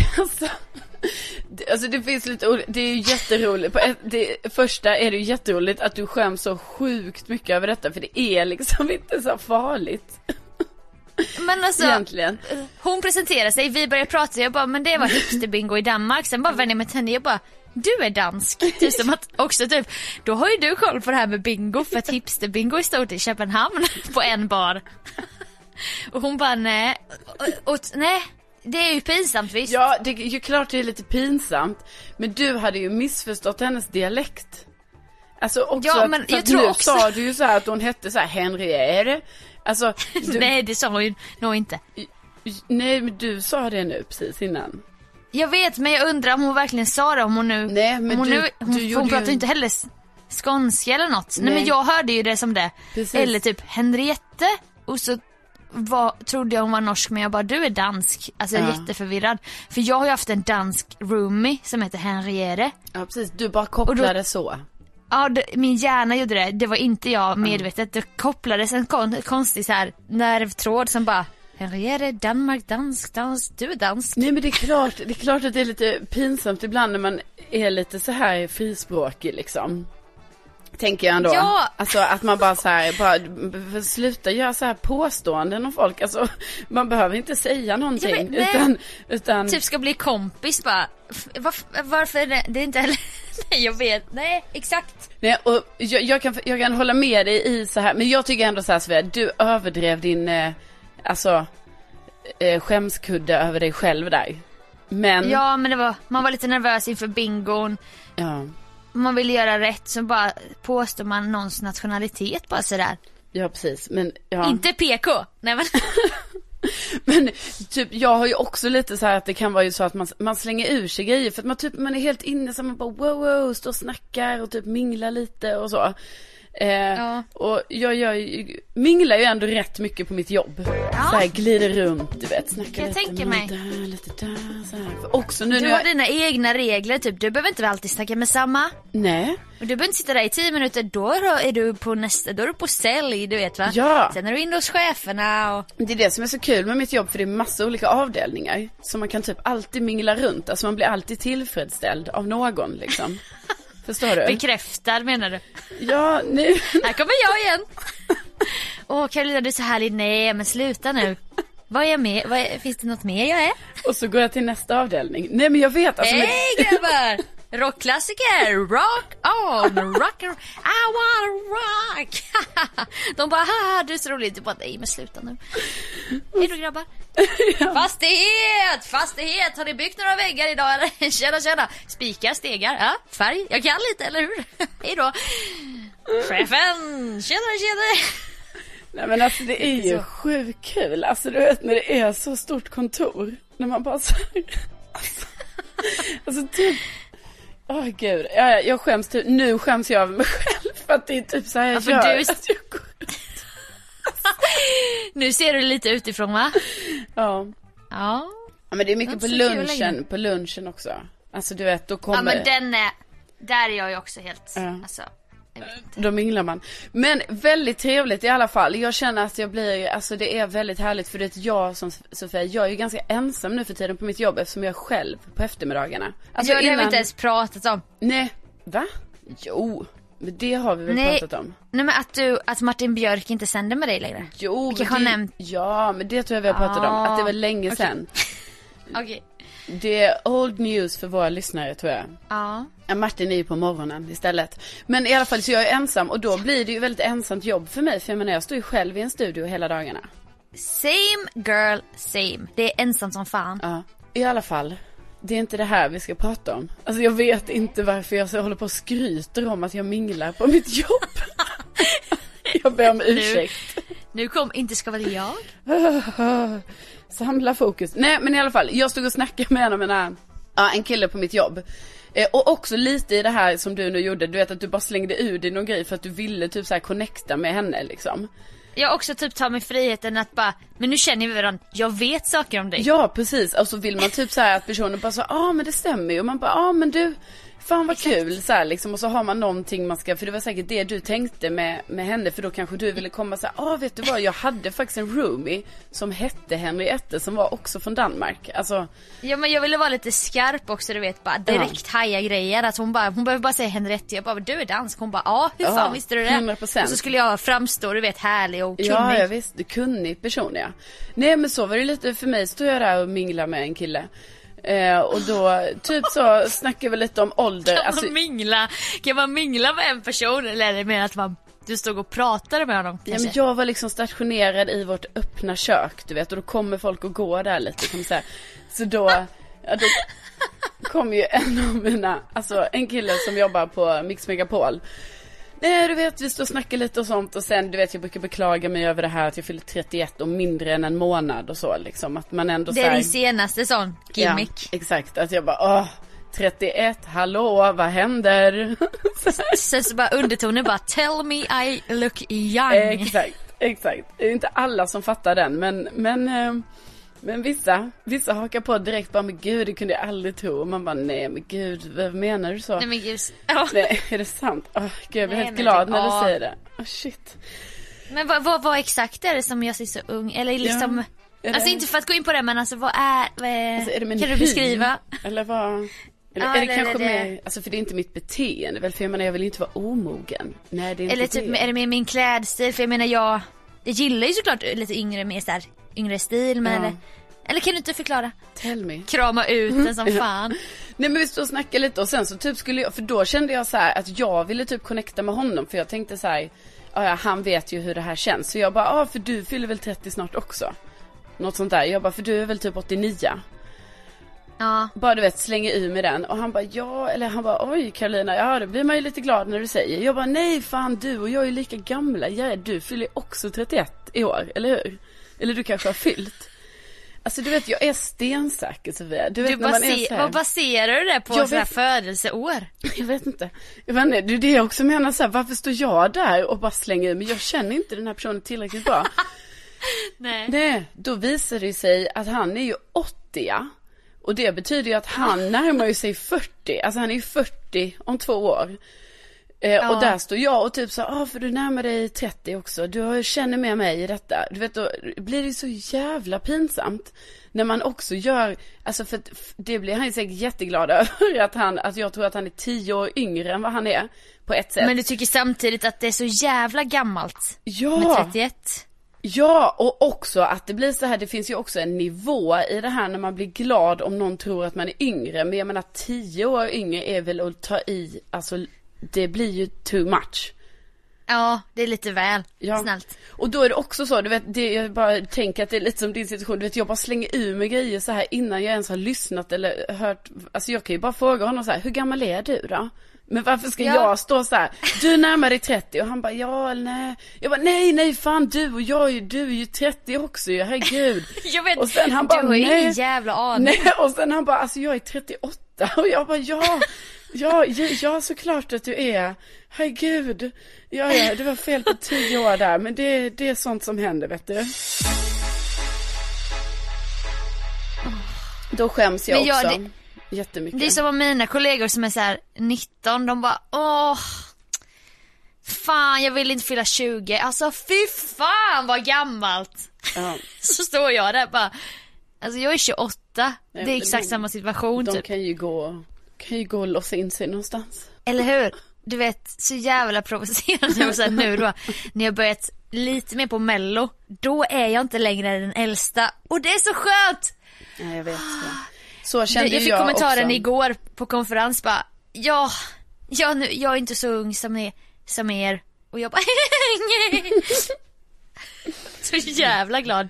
alltså det finns lite, det är ju jätteroligt. Första är det ju jätteroligt att du skäms så sjukt mycket över detta, för det är liksom inte så farligt. Men alltså, egentligen. Hon presenterar sig, vi börjar prata, jag bara, men det var hipsterbingo i Danmark. Sen bara vände jag mig till henne, jag bara, du är dansk. Typ som att också typ, då har ju du koll på det här med bingo, för att hipsterbingo är stort i Köpenhamn på en bar. Och hon bara, nej. Och nej, det är ju pinsamt visst. Ja, det är ju klart det är lite pinsamt. Men du hade ju missförstått hennes dialekt. Alltså också, ja, men jag tror nu också sa du ju så här att hon hette så här Henriette. Alltså, nej, det sa hon ju nog inte. Nej, men du sa det nu precis innan. Jag vet, men jag undrar om hon verkligen sa det. Om hon nu, nej, men hon pratar ju inte heller skånska eller något. Nej, men jag hörde ju det som det. Precis. Eller typ Henriette. Och så trodde jag hon var norsk, men jag bara, du är dansk. Alltså jag är jätteförvirrad. För jag har ju haft en dansk roomie som heter Henriette. Ja, precis, du bara kopplade så. Ja, min hjärna gjorde det. Det var inte jag medvetet. Det kopplades en konstig så här nervtråd som bara, Henriette, Danmark, dansk, du är dansk. Nej, men det är klart att det är lite pinsamt ibland när man är lite så här frispråkig liksom. Tänker jag ändå. Ja. Alltså att man bara så här, bara sluta göra så här påståenden om folk. Alltså man behöver inte säga någonting, utan typ ska bli kompis bara. Varför är det är inte heller. Nej, jag vet. Nej, exakt. Nej, och jag kan hålla med dig i så här, men jag tycker ändå så här, Svea, du överdrev din skämskudde över dig själv där. Men ja, men man var lite nervös inför bingon. Ja. Man vill göra rätt, så bara påstår man någons nationalitet bara sådär. Ja, precis. Men ja. Inte PK. Nej, men men typ, jag har ju också lite så här att det kan vara ju så att man slänger ur sig grejer för att man är helt inne så man bara wow, står och snackar och typ minglar lite och så. Och jag minglar ju ändå rätt mycket på mitt jobb. Så här glider runt, du vet, snackar lite tänker mig. Där, lite där, så här. För också nu du har dina egna regler, typ. Du behöver inte alltid snacka med samma. Nej. Och du behöver inte sitta där i 10 minuter. Då är du på då är du på sälj, du vet va? Ja. Sen är du inne hos cheferna och... Det är det som är så kul med mitt jobb, för det är massa olika avdelningar. Så man kan typ alltid mingla runt. Alltså man blir alltid tillfredsställd av någon liksom. Förstår du? Bekräftad menar du? Ja, nu. Här kommer jag igen. Karolina, du är så härlig. Nej, men sluta nu. Vad är jag med? Finns det något mer jag är? Och så går jag till nästa avdelning. Nej, men jag vet. Alltså, hej grabbar! Rockklassiker, rock on, rock and I wanna rock. De bara, haha, du är så rolig. Du bara, nej men sluta nu. Hej då grabbar. Ja. Fastighet, har ni byggt några väggar idag eller? Tjena, spikar, stegar, ja, färg, jag kan lite, eller hur? Hej då. Chefen, tjena. Nej, men alltså det är ju sjukt kul. Alltså du vet när det är så stort kontor, när man bara så här, alltså typ, gud, jag skäms typ, nu skäms jag över mig själv för att det är typ så här jag gör. Nu ser du lite utifrån, va? Ja. Men det är mycket på lunchen också. Alltså du vet, då kommer... Ja, men där är jag ju också helt, alltså... Då minglar man. Men väldigt trevligt i alla fall. Jag känner att alltså det är väldigt härligt. För det är jag som Sofia, jag är ju ganska ensam nu för tiden på mitt jobb, eftersom jag är själv på eftermiddagarna. Alltså det har vi inte ens pratat om. Nej, va? Jo, men det har vi väl pratat om. Nej, men att Martin Björk inte sänder med dig längre. Jo, ja, men det tror jag vi har pratat om. Att det var länge sedan. Okej. Det är old news för våra lyssnare, tror jag. Ja. Martin är ju på morgonen istället. Men i alla fall så jag är ensam. Och då blir det ju väldigt ensamt jobb för mig. För jag menar, jag står ju själv i en studio hela dagarna. Same girl, same. Det är ensamt som fan. Ja, i alla fall. Det är inte det här vi ska prata om. Alltså jag vet inte varför jag håller på och skryter om att jag minglar på mitt jobb. Jag ber om ursäkt. Nu kom inte ska vara jag. Samla fokus. Nej, men i alla fall, jag stod och snackade med en kille på mitt jobb. Och också lite i det här som du nu gjorde. Du vet att du bara slängde ur dig någon grej för att du ville typ så här connecta med henne liksom. Jag också typ tar mig friheten att bara, men nu känner vi varandra, jag vet saker om dig. Ja, precis. Och så vill man typ så här att personen bara så, men det stämmer ju. Och man bara, men du, fan vad kul så här, liksom. Och så har man någonting man ska, för det var säkert det du tänkte med henne. För då kanske du ville komma så här, vet du vad, jag hade faktiskt en roomie som hette Henriette som var också från Danmark. Alltså... Ja, men jag ville vara lite skarp också, du vet, bara direkt haja grejer. Att hon behöver bara säga Henriette. Jag bara, du är dansk. Hon bara, hur fan visste du det? 100%. Och så skulle jag framstå, du vet, härlig och kunnig. Ja, jag visste, kunnig person, ja. Nej, men så var det lite för mig. Stod jag där och minglade med en kille. Och då typ så snackar vi lite om ålder. Kan man mingla med en person, eller är det mer att du stod och pratade med honom? Ja, men jag var liksom stationerad i vårt öppna kök, du vet, och då kommer folk och går där lite, kan man säga. Så då kom ju en av mina, alltså en kille som jobbar på Mix Megapol. Nej, du vet, vi står och snackar lite och sånt. Och sen, du vet, jag brukar beklaga mig över det här att jag fyller 31 och mindre än en månad och så, liksom. Att man ändå det är din senaste sån gimmick. Ja, exakt, att jag bara, 31, hallå, vad händer? Sen så bara undertonen bara, tell me I look young. Exakt. Det är inte alla som fattar den, men vissa hakar på direkt bara, men gud, det kunde jag aldrig tro. Och man bara, nej men gud, vad menar du så? Nej men gud. Nej, är det sant? Gud, jag blir helt glad när du säger det. Shit. Men vad exakt är det som jag ser så ung? Eller liksom, alltså inte för att gå in på det, men alltså vad är alltså, är det kan du beskriva? Eller vad? Eller är det kanske mer, alltså för det är inte mitt beteende väl, för jag vill inte vara omogen. Nej, det är inte. Eller typ, är det med min klädstil? För jag menar, jag gillar ju såklart lite yngre, mer såhär yngre stil, men eller kan du inte förklara? Tell me. Krama ut den som fan. Nej, men vi stod och snackade lite och sen så typ skulle jag, för då kände jag så här att jag ville typ connecta med honom, för jag tänkte så här, han vet ju hur det här känns. Så jag bara, för du fyller väl 30 snart också. Något sånt där. Jag bara, för du är väl typ 89. Ja. Bara du vet, slänger ur med den. Och han bara, han bara, oj Karolina, det blir man ju lite glad när du säger. Jag bara, nej fan, du och jag är lika gamla. Du fyller också 31 i år, eller hur? Eller du kanske har fyllt. Alltså du vet, jag är stensäker, Sofia. Du vet, när man är så här... Vad baserar du det på, så här födelseår? Jag vet inte. Det är det jag också menar, så här, varför står jag där och bara slänger ur? Men jag känner inte den här personen tillräckligt bra. Nej, då visar det sig att han är ju 80. Och det betyder ju att han närmar ju sig 40. Alltså han är ju 40 om 2 år. Och där står jag och typ så, för du närmar dig 30 också. Du känner med mig i detta. Du vet, då blir det så jävla pinsamt. När man också gör, alltså för det blir han ju säkert jätteglad över att jag tror att han är 10 år yngre än vad han är på ett sätt. Men du tycker samtidigt att det är så jävla gammalt med 31? Ja, och också att det blir så här, det finns ju också en nivå i det här när man blir glad om någon tror att man är yngre. Men jag menar 10 år yngre är väl att ta i, alltså det blir ju too much. Ja, det är lite väl snällt. Och då är det också så, du vet, jag bara tänker att det är lite som din situation. Du vet, jag bara slänger ur mig grejer så här innan jag ens har lyssnat eller hört. Alltså jag kan ju bara fråga honom så här, hur gammal är du då? Men varför ska jag stå så här, du närmar dig 30? Och han bara, ja eller nej. Jag bara, nej fan, du och jag du är ju 30 också, herregud. Jag vet, och sen han bara, du har ju ingen jävla aning. Nej, och sen han bara, alltså jag är 38. Och jag bara, ja, såklart att du är. Herregud. Ja, det var fel på 10 år där. Men det är sånt som händer, vet du. Då skäms jag också. Jättemycket. Det är som mina kollegor som är så här 19. De bara, fan, jag vill inte fylla 20. Alltså fy fan vad gammalt. Ja. Så står jag där bara, alltså jag är 28. Nej, det är exakt samma situation. De kan ju gå och låsa in sig någonstans. Eller hur? Du vet, så jävla provocerande. Och så nu då, när jag börjat lite mer på Mello, då är jag inte längre den äldsta. Och det är så skönt. Ja, jag vet. Så kände jag fick kommentaren också igår på konferens bara, jag är inte så ung som er. Och jag bara, så jävla glad.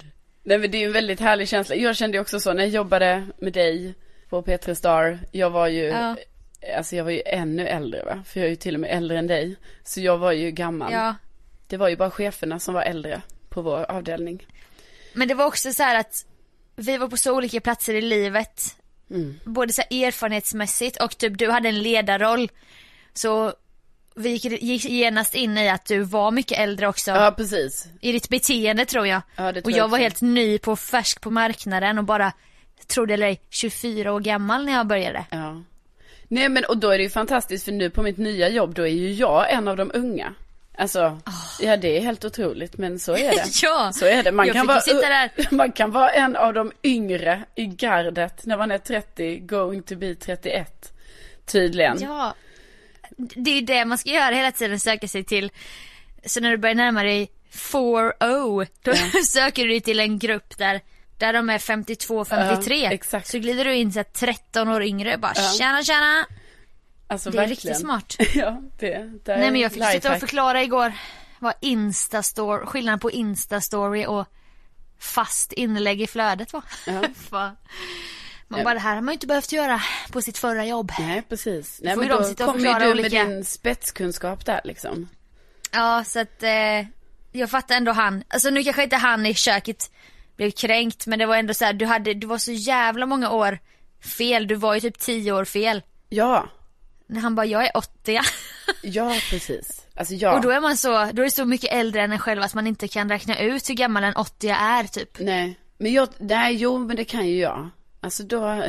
Nej, men det är ju en väldigt härlig känsla. Jag kände också så när jag jobbade med dig på P3 Star. Jag var ju alltså jag var ju ännu äldre, va? För jag är ju till och med äldre än dig. Så jag var ju gammal. Ja. Det var ju bara cheferna som var äldre på vår avdelning. Men det var också så här att vi var på så olika platser i livet. Både så här erfarenhetsmässigt och typ du hade en ledarroll. Så vi gick genast in i att du var mycket äldre också. Ja, precis. I ditt beteende tror jag. Ja, det tror och jag var helt ny på färsk på marknaden och bara trodde eller 24 år gammal när jag började. Ja. Nej, men och då är det ju fantastiskt för nu på mitt nya jobb då är ju jag en av de unga. Alltså, ja, det är helt otroligt, men så är det. Ja, så är det. Man kan vara en av de yngre i gardet när man är 30, going to be 31, tydligen. Ja, det är det man ska göra hela tiden, söka sig till. Så när du börjar närma dig 4-0, då söker du dig till en grupp där de är 52-53. Exakt. Så glider du in så 13 år yngre, bara tjena. Alltså, det är verkligen riktigt smart. Ja, det är. Nej, men jag fick sitta och förklara igår vad skillnaden på Instastory och fast inlägg i flödet var. Ja. Bara det här har man ju inte behövt göra på sitt förra jobb. Nej, precis. Nej, men då kommer du med din spetskunskap där liksom. Ja, så att jag fattar ändå han. Alltså nu kanske inte han i köket blev kränkt, men det var ändå så här, du var så jävla många år fel. Du var ju typ 10 år fel. Ja. När han bara, jag är 80. Ja, precis. Alltså, ja. Och då är det så mycket äldre än en själv att man inte kan räkna ut hur gammal en 80 är typ. Nej, men men det kan ju jag. Alltså då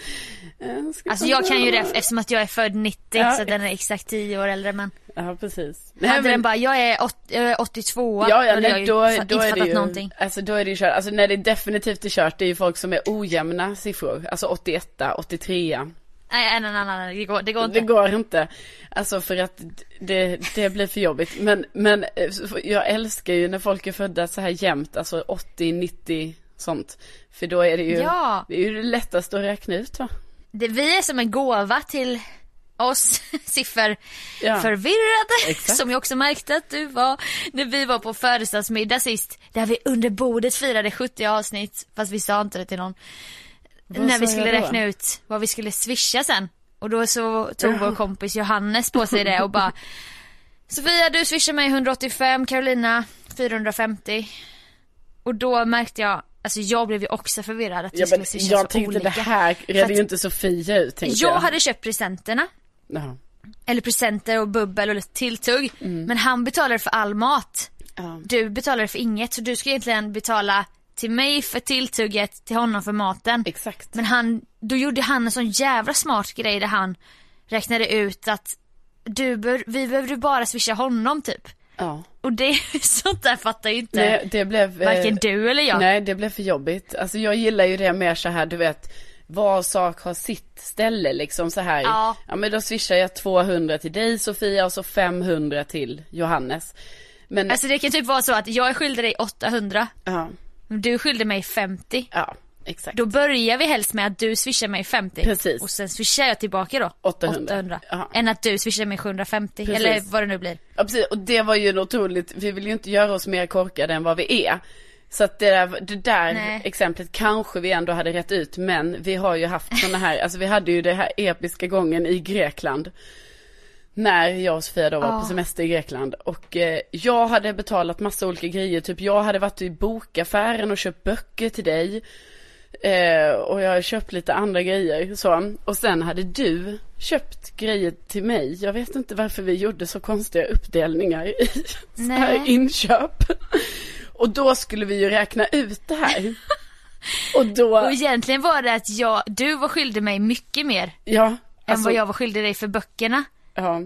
jag kan ju det eftersom att jag är född 90 så den är exakt 10 år äldre, men ja, precis. Den bara, jag är 82. Då är det ju någonting. Alltså då är det ju kört. Alltså när det definitivt är kört, det är ju folk som är ojämna siffror. Alltså 81, 83. Nej, det går inte. Det går inte. Alltså för att det blir för jobbigt. Men jag älskar ju när folk är födda så här jämnt, alltså 80, 90 sånt. För då är det ju det är ju det lättaste att räkna ut, va? Vi är som en gåva till oss sifferförvirrade, som jag också märkte att du var när vi var på födelsedagsmiddag sist, där vi under bordet firade 70 avsnitt, fast vi sa inte det till någon. När vi skulle räkna ut vad vi skulle swisha sen. Och då så tog vår kompis Johannes på sig det och bara, Sofia, du swishar mig 185, Carolina 450. Och då märkte jag, alltså jag blev ju också förvirrad att vi skulle swisha jag så tänkte olika. Det här redde ju inte Sofia ut, tänkte jag. Jag hade köpt presenterna. Jaha. Eller presenter och bubbel och lite tilltugg. Men han betalade för all mat. Du betalade för inget, så du ska egentligen betala till mig för tilltugget, till honom för maten. Exakt. Men då gjorde han en sån jävla smart grej där han räknade ut att vi behövde bara swisha honom typ. Ja. Och det sånt där fattar ju inte. Nej, det blev varken du eller jag. Nej, det blev för jobbigt. Alltså jag gillar ju det mer så här, du vet, var sak har sitt ställe liksom så här. Ja, men då swishar jag 200 till dig, Sofia, och så 500 till Johannes. Men alltså det kan typ vara så att jag skyllde dig 800. Ja. Du skyllde mig 50. Ja, exakt. Då börjar vi helst med att du swishar mig 50. Precis. Och sen swishar jag tillbaka då 800. Än att du swishar mig 750. Precis. Eller vad det nu blir. Ja, precis. Och det var ju otroligt. Vi vill ju inte göra oss mer korkade än vad vi är. Så att det där exemplet kanske vi ändå hade rätt ut. Men vi har ju haft såna här, alltså vi hade ju det här episka gången i Grekland. När jag och Sofia då var på semester i Grekland. Och jag hade betalat massa olika grejer. Typ jag hade varit i bokaffären och köpt böcker till dig. Och jag har köpt lite andra grejer så. Och sen hade du köpt grejer till mig. Jag vet inte varför vi gjorde så konstiga uppdelningar i så här inköp. Och då skulle vi ju räkna ut det här. Och egentligen var det att du var skyldig mig mycket mer än vad jag var skyldig dig för böckerna. Ja.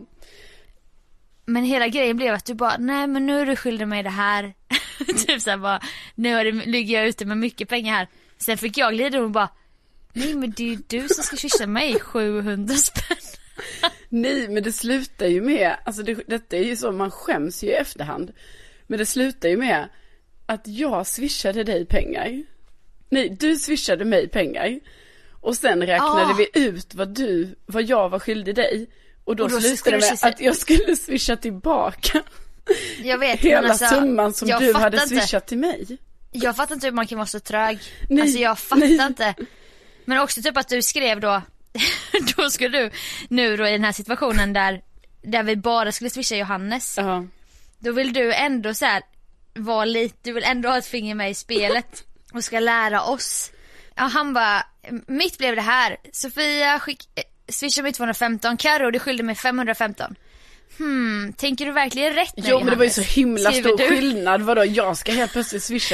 Men hela grejen blev att du bara, nej men nu är du skyldig mig det här. Typ såhär bara, ligger jag ute med mycket pengar här. Sen fick jag glida och bara, nej men det är ju du som ska swisha mig 700 spänn. Nej, men det slutar ju med, alltså detta är ju så, man skäms ju i efterhand. Men det slutar ju med att jag swishade dig pengar. Nej, du swishade mig pengar. Och sen räknade vi ut vad jag var skyldig dig. Och då slutade det med att jag skulle swisha tillbaka. Jag vet, hela summan som du hade swishat till mig. Jag fattar inte hur man kan vara så trög. Alltså jag fattar inte. Men också typ att du skrev då då skulle du nu då i den här situationen där vi bara skulle swisha Johannes. Då vill du ändå så här vara lite, du vill ändå ha ett finger med i spelet och ska lära oss. Ja, han bara, mitt blev det här. Sofia swishade mig 215, Karo du skyllde mig 515. Tänker du verkligen rätt nu? Jo, men det var ju så himla stor skillnad. Vadå, jag ska helt plötsligt swisha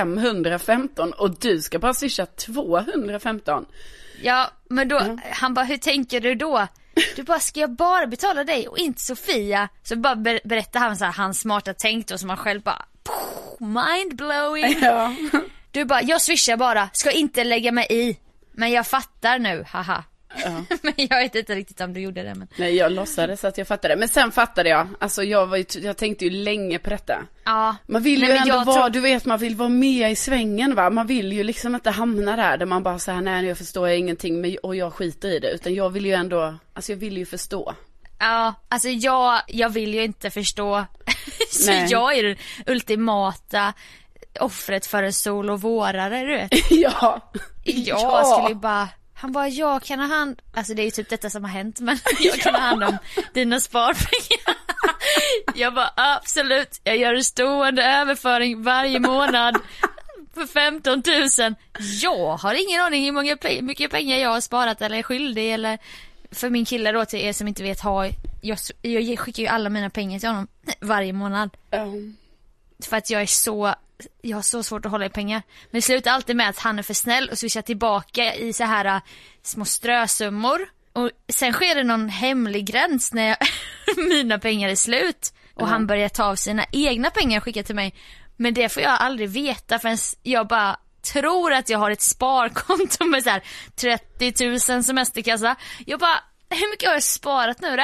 515 och du ska bara swisha 215. Ja, men då, han bara, hur tänker du då? Du bara, ska jag bara betala dig och inte Sofia? Så bara berättar han så här, hans smarta tänk då, som han själv bara, mind-blowing. Ja. Du bara, jag swishar bara, ska inte lägga mig i. Men jag fattar nu, haha. Ja. Men jag vet inte riktigt om du gjorde det. Men... Nej, jag låtsades att jag fattade. Men sen fattade jag. Alltså jag tänkte ju länge på detta. Ja. Man vill ju ändå vara, du vet, man vill vara med i svängen, va? Man vill ju liksom inte hamna där man bara säger nej, jag förstår inte och jag skiter i det. Utan jag vill ju ändå, alltså jag vill ju förstå. Ja, alltså jag vill ju inte förstå. Så nej. Jag är den ultimata offret för en sol och vårare, du vet. Ja. Jag skulle ju bara... Han bara, jag kan ha hand... Alltså det är ju typ detta som har hänt, men jag kan ha hand om dina sparpengar. Jag bara, absolut. Jag gör en stående överföring varje månad för 15 000. Jag har ingen aning hur mycket pengar jag har sparat eller är skyldig. Eller för min kille då, till er som inte vet, jag skickar ju alla mina pengar till honom varje månad. För att jag har så svårt att hålla i pengar. Men det slutar alltid med att han är för snäll och swishar tillbaka i så här små strösummor. Och sen sker det någon hemlig gräns när mina pengar är slut. Och han börjar ta av sina egna pengar och skicka till mig. Men det får jag aldrig veta förrän jag bara tror att jag har ett sparkonto med så här 30 000 semesterkassa. Jag bara, hur mycket har jag sparat nu då?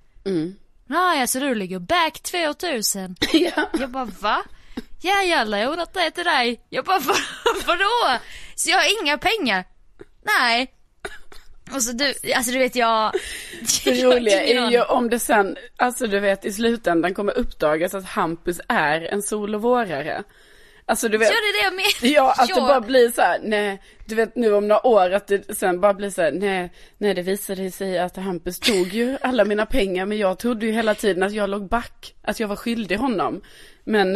Nej, så du ligger back 2000. Ja. Jag bara, va? Ja, jävlar, jag undrar det till dig. Jag bara, vadå? Så jag har inga pengar. Nej. Och så du vet jag... Det roliga är ju om det sen, alltså du vet, i slutändan kommer uppdagas att Hampus är en sol- och vårare. Alltså du vet... Gör det jag menar? Ja, att det bara blir så här, nej, du vet nu om några år att det sen bara blir så här, nej, det visade sig att Hampus tog ju alla mina pengar, men jag trodde ju hela tiden att jag låg back, att jag var skyldig honom. Men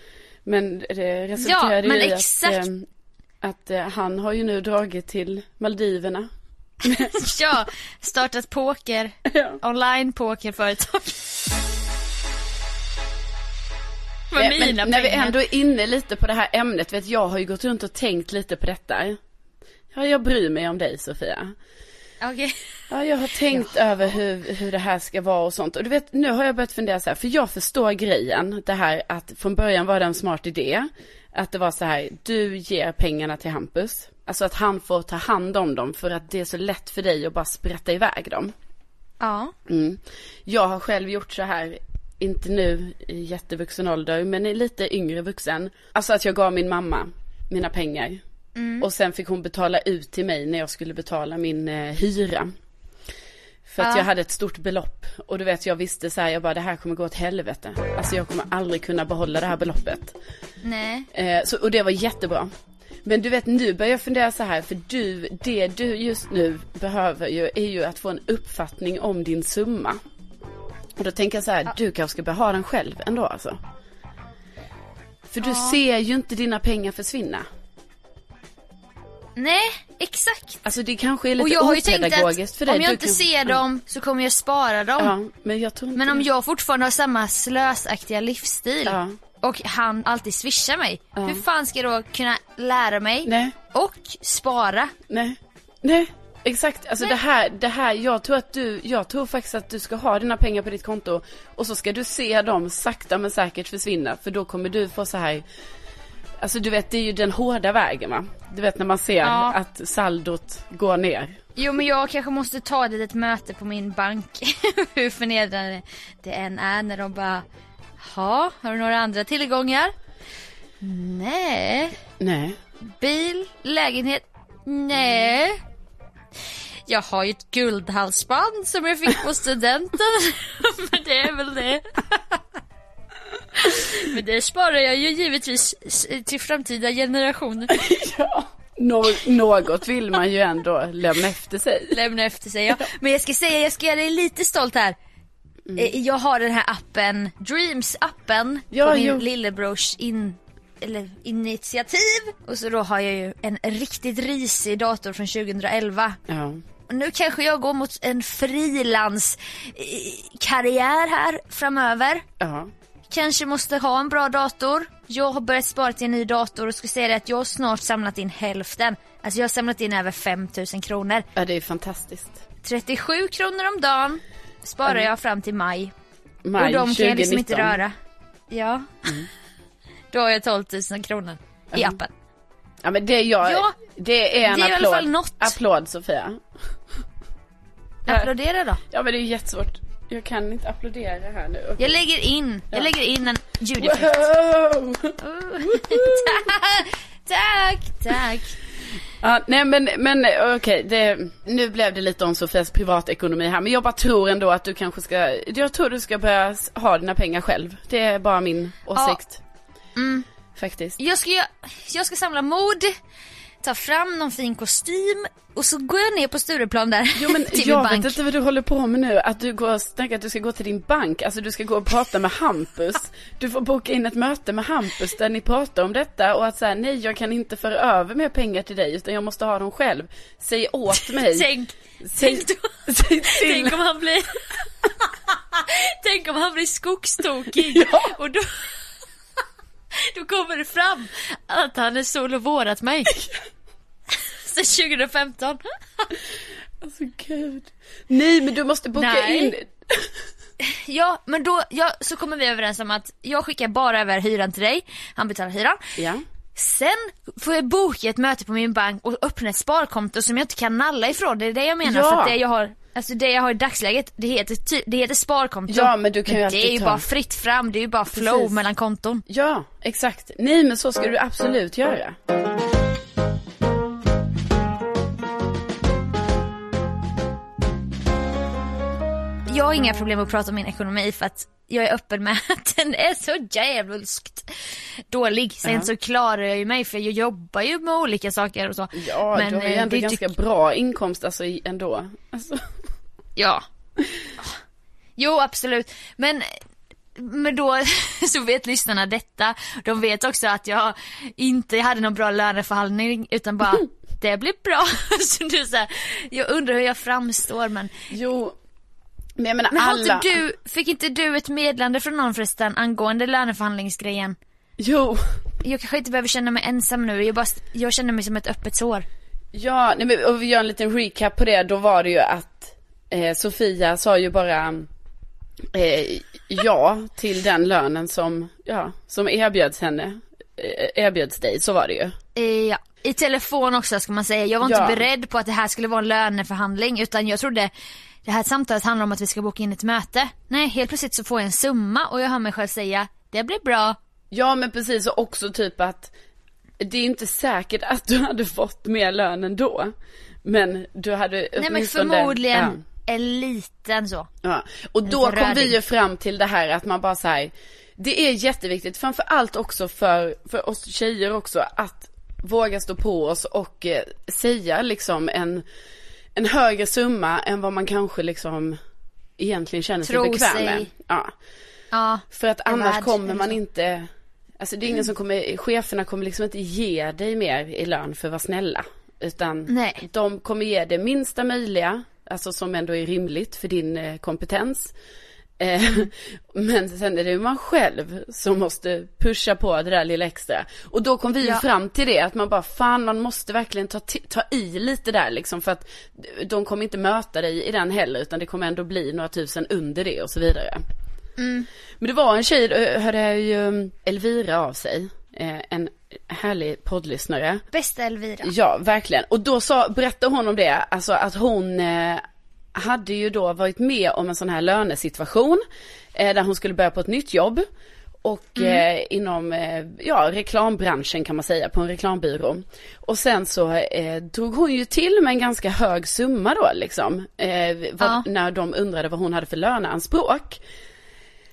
det resulterade ju i att han har ju nu dragit till Maldiverna. Ja, startat poker, online pokerföretag. Men när vi ändå är inne lite på det här ämnet, vet jag har ju gått runt och tänkt lite på detta. Ja, jag bryr mig om dig, Sofia. Okay. Ja, jag har tänkt över hur det här ska vara och sånt. Och du vet, nu har jag börjat fundera så här, för jag förstår grejen, det här att från början var det en smart idé. Att det var så här, du ger pengarna till Hampus. Alltså att han får ta hand om dem för att det är så lätt för dig att bara sprätta iväg dem. Ja. Jag har själv gjort så här, inte nu i jättevuxen ålder, men i lite yngre vuxen. Alltså att jag gav min mamma mina pengar. Och sen fick hon betala ut till mig när jag skulle betala min hyra. För att jag hade ett stort belopp. Och du vet, jag visste så här, jag bara, det här kommer gå åt helvete. Alltså jag kommer aldrig kunna behålla det här beloppet. Nej. Och det var jättebra. Men du vet, nu börjar jag fundera så här, för det du just nu behöver ju är ju att få en uppfattning om din summa. Och då tänker jag så här, du kanske ska ha den själv ändå alltså. För du ser ju inte dina pengar försvinna. Nej, exakt. Alltså det kanske är lite och jag har ju tänkt att för dig. Om jag inte ser dem så kommer jag spara dem. Ja, men jag tror inte. Men om jag fortfarande har samma slösaktiga livsstil och han alltid swishar mig, hur fan ska jag då kunna lära mig och spara? Nej, exakt. Alltså det här jag tror faktiskt att du ska ha dina pengar på ditt konto och så ska du se dem sakta men säkert försvinna, för då kommer du få så här. Alltså du vet, det är ju den hårda vägen, va? Du vet när man ser att saldot går ner. Jo, men jag kanske måste ta ett möte på min bank. Hur förnedrande det än är när de bara, har du några andra tillgångar? Nej. Bil, lägenhet? Nej. Jag har ju ett guldhalsband som jag fick på studenten. Men det är väl det. Men men det sparar jag ju givetvis till framtida generationer. Ja, något vill man ju ändå lämna efter sig. Lämna efter sig, ja. Men jag ska göra dig lite stolt här. Jag har den här appen, Dreams-appen, på min lillebrors initiativ. Och så då har jag ju en riktigt risig dator från 2011. Ja. Och nu kanske jag går mot en frilanskarriär här framöver. Ja. Kanske måste ha en bra dator. Jag har börjat spara till en ny dator och ska säga det att jag har snart samlat in hälften. Alltså jag har samlat in över 5 000 kronor. Ja, det är fantastiskt. 37 kronor om dagen sparar jag fram till maj. Och de 2019. kan jag liksom inte röra. Ja. Då har jag 12 000 kronor i appen. Ja, men det är en i alla fall något. Applåd, Sofia. Applådera då. Ja, men det är jättesvårt. Jag kan inte applådera här nu. Okay. Jag lägger in en ljudeffekt. Tack. Ja, nej men okej, nu blev det lite om Sofias privatekonomi här, men jag bara tror ändå att du kanske du ska börja ha dina pengar själv. Det är bara min åsikt. Faktiskt. Jag ska samla mod, ta fram någon fin kostym och så går jag ner på Stureplan där. Jo, men jag vet inte vad du håller på med nu. Att du tänker att du ska gå till din bank. Alltså du ska gå och prata med Hampus. Du får boka in ett möte med Hampus där ni pratar om detta. Och att säga, nej, jag kan inte föra över mer pengar till dig, utan jag måste ha dem själv. Säg åt mig. Tänk om han blir Tänk om han blir skogstokig. Ja. Och då kommer det fram att han är sol och vårat mig. Sen 2015. Alltså gud. Nej, men du måste boka in. Ja, men då så kommer vi överens om att jag skickar bara över hyran till dig. Han betalar hyran. Ja. Sen får jag boka ett möte på min bank och öppna ett sparkonto som jag inte kan nalla ifrån. Det är det jag menar. Ja. För att det jag har i dagsläget, det heter sparkonto. Ja, men du kan ju det är ju bara fritt fram. Det är ju bara flow. Precis. Mellan konton. Ja, exakt. Nej, men så ska du absolut göra. Jag har inga problem att prata om min ekonomi för att jag är öppen med att den är så jävligt dålig. Sen så klarar jag ju mig, för jag jobbar ju med olika saker och så. Ja, men du har ju ändå ganska bra inkomst alltså ändå. Alltså. Ja. Jo, absolut. Men då så vet lyssnarna detta. De vet också att jag inte hade någon bra löneförhandling, utan bara det blir bra. Så du så här, jag undrar hur jag framstår, men jo. Men jag menar, men fick inte du ett meddelande från någon förresten angående löneförhandlingsgrejen? Jo. Jag kanske inte behöver känna mig ensam nu. Jag känner mig som ett öppet sår. Ja, nej, men, och vi gör en liten recap på det. Då var det ju att Sofia sa ju bara ja till den lönen som erbjöds dig. Så var det ju. Ja, i telefon också ska man säga. Jag var inte beredd på att det här skulle vara en löneförhandling, utan jag trodde det här samtalet handlar om att vi ska boka in ett möte. Nej, helt plötsligt så får jag en summa och jag hör mig själv säga, det blir bra. Ja, men precis, och också typ att det är inte säkert att du hade fått mer lön ändå. Men du hade åtminstone... Nej, men förmodligen en liten så. Ja, och då kom vi ju fram till det här att man bara så här, det är jätteviktigt, framför allt också för oss tjejer också, att våga stå på oss och säga liksom en högre summa än vad man kanske liksom egentligen känner sig bekväm med. Ja. För att annars kommer man inte, alltså det är ingen som cheferna kommer liksom inte ge dig mer i lön för att vara snälla, utan de kommer ge det minsta möjliga, alltså som ändå är rimligt för din kompetens. Men sen är det ju man själv som måste pusha på det där lilla extra. Och då kom vi ju fram till det, att man bara, man måste verkligen ta i lite där liksom, för att de kommer inte möta dig i den heller, utan det kommer ändå bli några tusen under det och så vidare. Men det var en tjej, hörde ju Elvira av sig, en härlig poddlyssnare. Bästa Elvira. Ja, verkligen. Och då berättade hon om det, alltså att hon hade ju då varit med om en sån här lönesituation där hon skulle börja på ett nytt jobb och inom reklambranschen kan man säga, på en reklambyrå. Och sen så drog hon ju till med en ganska hög summa då liksom, när de undrade vad hon hade för löneanspråk.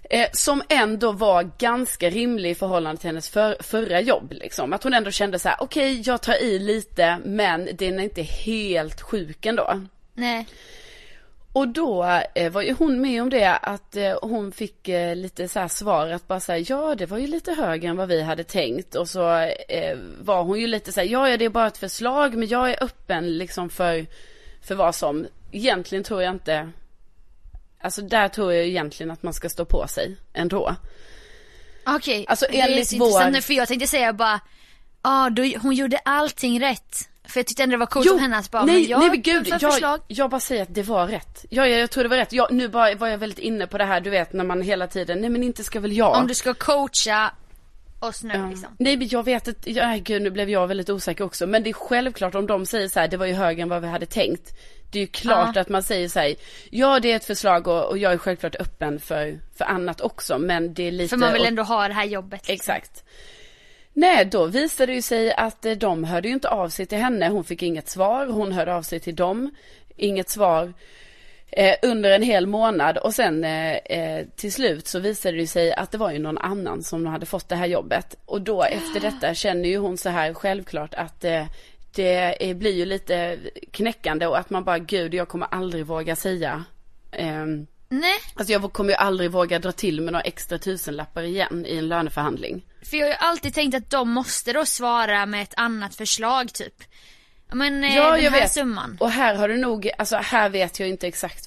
Som ändå var ganska rimlig i förhållande till hennes förra jobb liksom. Att hon ändå kände så här: okej, jag tar i lite, men den är inte helt sjuk ändå. Nej. Och då var ju hon med om det, att hon fick lite så här svar att bara säga, ja, det var ju lite högre än vad vi hade tänkt. Och så var hon ju lite så här, ja, det är bara ett förslag, men jag är öppen liksom för vad som. Egentligen tror jag inte, alltså där tror jag egentligen att man ska stå på sig ändå. Okej, alltså, det är så intressant nu, för jag tänkte säga bara, hon gjorde allting rätt. För jag tyckte ändå det var coolt av henne att bara, nej men gud, jag bara säger att det var rätt. Jag tror det var rätt. Nu bara var jag väldigt inne på det här, du vet, när man hela tiden, nej men inte ska väl jag. Om du ska coacha oss nu liksom. Nej men jag vet att, gud, nu blev jag väldigt osäker också. Men det är självklart om de säger så här, det var ju högre än vad vi hade tänkt. Det är ju klart att man säger så här, ja, det är ett förslag och jag är självklart öppen för annat också. Men det är lite... För man vill ändå ha det här jobbet. Liksom. Exakt. Nej, då visade det ju sig att de hörde ju inte av sig till henne. Hon fick inget svar. Hon hörde av sig till dem. Inget svar under en hel månad. Och sen till slut så visade det sig att det var ju någon annan som hade fått det här jobbet. Och då efter detta känner ju hon så här självklart att det blir ju lite knäckande. Och att man bara, gud, jag kommer aldrig våga säga... Nej. Alltså jag kommer ju aldrig våga dra till med några extra tusenlappar igen i en löneförhandling. För jag har ju alltid tänkt att de måste då svara med ett annat förslag typ. Men den här summan. Och här har du nog, alltså här vet jag inte exakt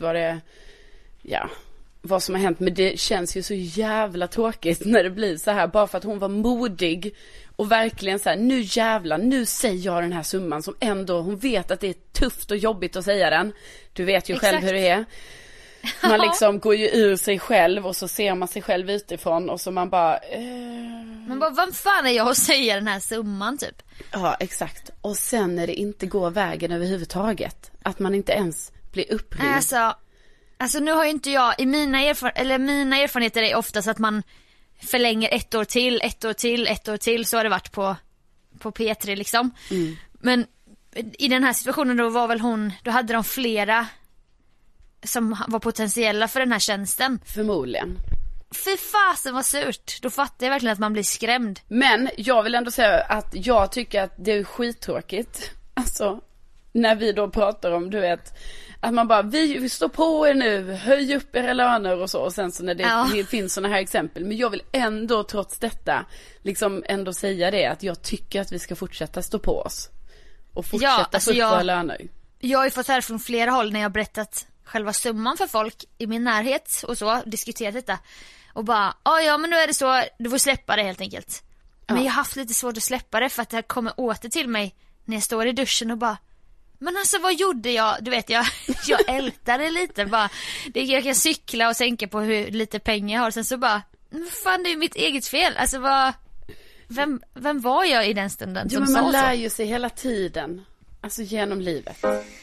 vad som har hänt. Men det känns ju så jävla tråkigt när det blir så här. Bara för att hon var modig och verkligen så här, nu jävlar, nu säger jag den här summan som ändå, hon vet att det är tufft och jobbigt att säga den. Du vet ju själv hur det är. Man liksom går ju ur sig själv och så ser man sig själv utifrån och så man bara... Man bara, vad fan är jag att säga den här summan typ? Ja, exakt. Och sen när det inte går vägen överhuvudtaget. Att man inte ens blir uppringd. Alltså nu har ju inte jag, i mina erfarenheter är oftast att man förlänger ett år till, så har det varit på P3 liksom. Mm. Men i den här situationen då var väl då hade de flera som var potentiella för den här tjänsten. Förmodligen. Fy fasen var surt. Då fattar jag verkligen att man blir skrämd. Men jag vill ändå säga att jag tycker att det är skittråkigt. Alltså, när vi då pratar om, du vet, att man bara, vi står på er nu, höj upp era löner och så. Och sen så när det finns såna här exempel. Men jag vill ändå trots detta liksom ändå säga det, att jag tycker att vi ska fortsätta stå på oss. Och fortsätta få upp våra löner. Jag har ju fått här från flera håll när jag har berättat själva summan för folk i min närhet och så, diskuterat detta. Och bara, ja men nu är det så, du får släppa det helt enkelt. Ja. Men jag har haft lite svårt att släppa det för att det här kommer åter till mig när jag står i duschen och bara, men alltså vad gjorde jag? Du vet, jag ältade lite bara. Jag kan cykla och sänka på hur lite pengar jag har. Sen så bara, fan, det är ju mitt eget fel. Alltså vem var jag i den stunden som men man sa lär ju sig hela tiden. Alltså genom livet.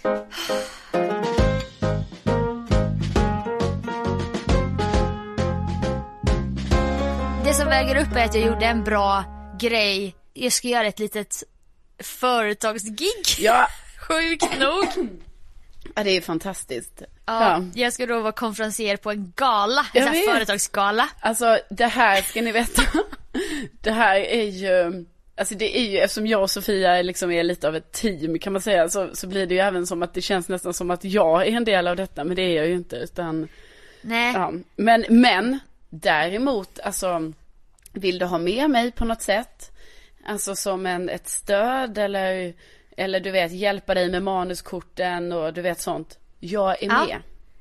Det som väger upp är att jag gjorde en bra grej. Jag ska göra ett litet företagsgig. Ja. Sjukt nog. Ja, det är fantastiskt. Ja. Jag ska då vara konferencier på en gala. En företagsgala. Alltså det här ska ni veta. Det här är ju... Alltså det är ju, eftersom jag och Sofia liksom är lite av ett team kan man säga, så blir det ju även som att det känns nästan som att jag är en del av detta. Men det är jag ju inte, utan... Nej. Ja. Men däremot, alltså, vill du ha med mig på något sätt? Alltså som ett stöd eller du vet, hjälpa dig med manuskorten och du vet sånt. Jag är med.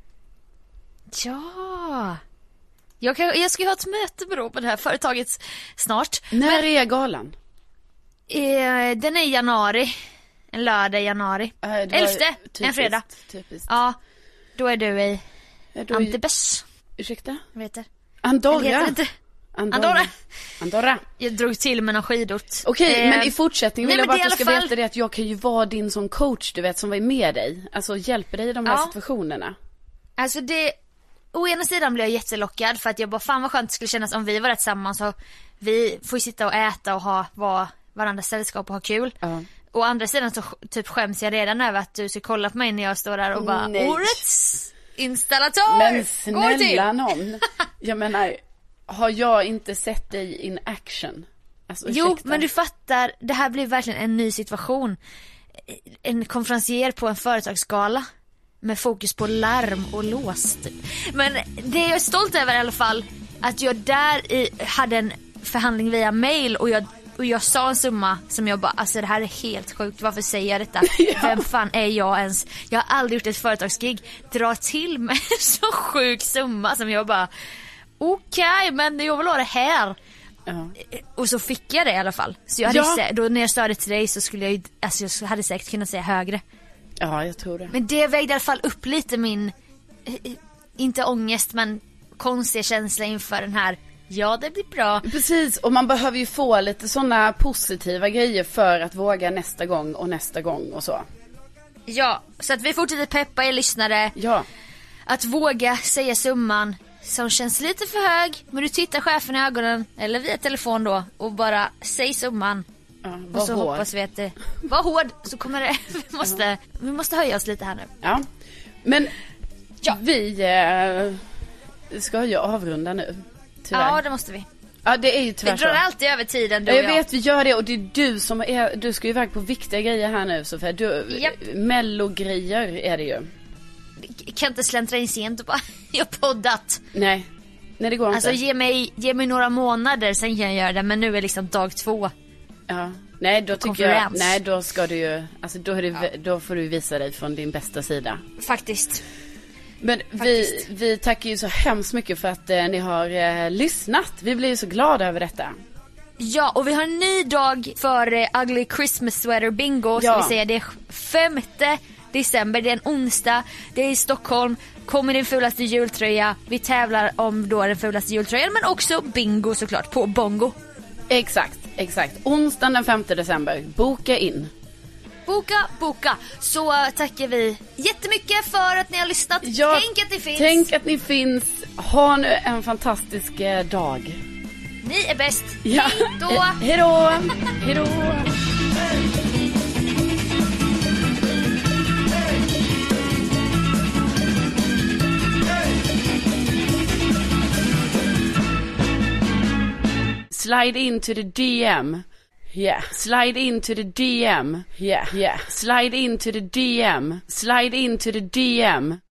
Ja. Jag ska ha ett möte på det här företaget snart. När är galan? Den är i januari. En lördag i januari. 11, en fredag. Typiskt. Ja, då är du i Antibes. Ursäkta? Vad heter? Andorra. Jag drog till med någon skidort. Okej, men i fortsättningen vill jag bara att du ska veta det, att jag kan ju vara din som coach, du vet, som var med dig. Alltså hjälper dig i de här situationerna. Alltså å ena sidan blev jag jättelockad för att jag bara, fan vad skönt det skulle kännas om vi var rätt samman, så vi får ju sitta och äta och vara varandras sällskap och ha kul. Å andra sidan så typ skäms jag redan över att du ska kolla på mig när jag står där och bara, årets installatör. Men snälla någon. Jag menar, har jag inte sett dig in action? Alltså, jo, men du fattar, det här blir verkligen en ny situation. En konferencier på en företagsgala med fokus på larm och lås. Men det jag är stolt över i alla fall, att jag hade en förhandling via mail och jag sa en summa som jag bara, alltså det här är helt sjukt, varför säger jag detta? Ja. Vem fan är jag ens? Jag har aldrig gjort ett företagsgig. Dra till med en så sjuk summa som jag bara, okej, men jag vill ha det här. Och så fick jag det i alla fall. Så jag hade då när jag sa det till dig så skulle jag hade säkert kunnat säga högre. Ja, jag tror det. Men det vägde i alla fall upp lite min inte ångest, men konstiga känsla inför den här. Ja, det blir bra. Precis, och man behöver ju få lite sådana positiva grejer för att våga nästa gång och så. Ja, så att vi fortsätter peppa er lyssnare. Ja. Att våga säga summan som känns lite för hög, men du tittar chefen i ögonen eller via telefon då och bara säg summan. Ja, och så hård. hoppas vi att det var hård, så kommer det vi måste höja oss lite här nu. Ja. Men vi ska ju avrunda nu. Tyvärr. Ja, det måste vi. Ja, det är ju tyvärr. Vi drar alltid över tiden du och jag. Jag vet, vi gör det, och det är du som du ska ju iväg på viktiga grejer här nu, Sofia. Mellogrejer är det ju. Kan inte släntra in sent och bara jag har poddat. Nej, det går inte. Alltså ge mig några månader, sen kan jag göra det. Men nu är liksom dag 2. Ja, nej då tycker jag. Nej, då ska du ju, alltså då får du visa dig från din bästa sida. Faktiskt. Men vi tackar ju så hemskt mycket för att ni har lyssnat. Vi blir ju så glada över detta. Ja, och vi har en ny dag för Ugly Christmas Sweater Bingo. Ska vi säga, det är 5 december, det är en onsdag. Det är i Stockholm. Kommer din fulaste jultröja. Vi tävlar om då den fulaste jultröjan, men också bingo såklart på Bongo. Exakt. Onsdagen den 5 december. Boka in. Boka. Så tackar vi jättemycket för att ni har lyssnat. Ja, tänk att ni finns. Ha nu en fantastisk dag. Ni är bäst. Ja. Hejdå. Slide into the DM. Yeah. Slide into the DM. Yeah. Slide into the DM.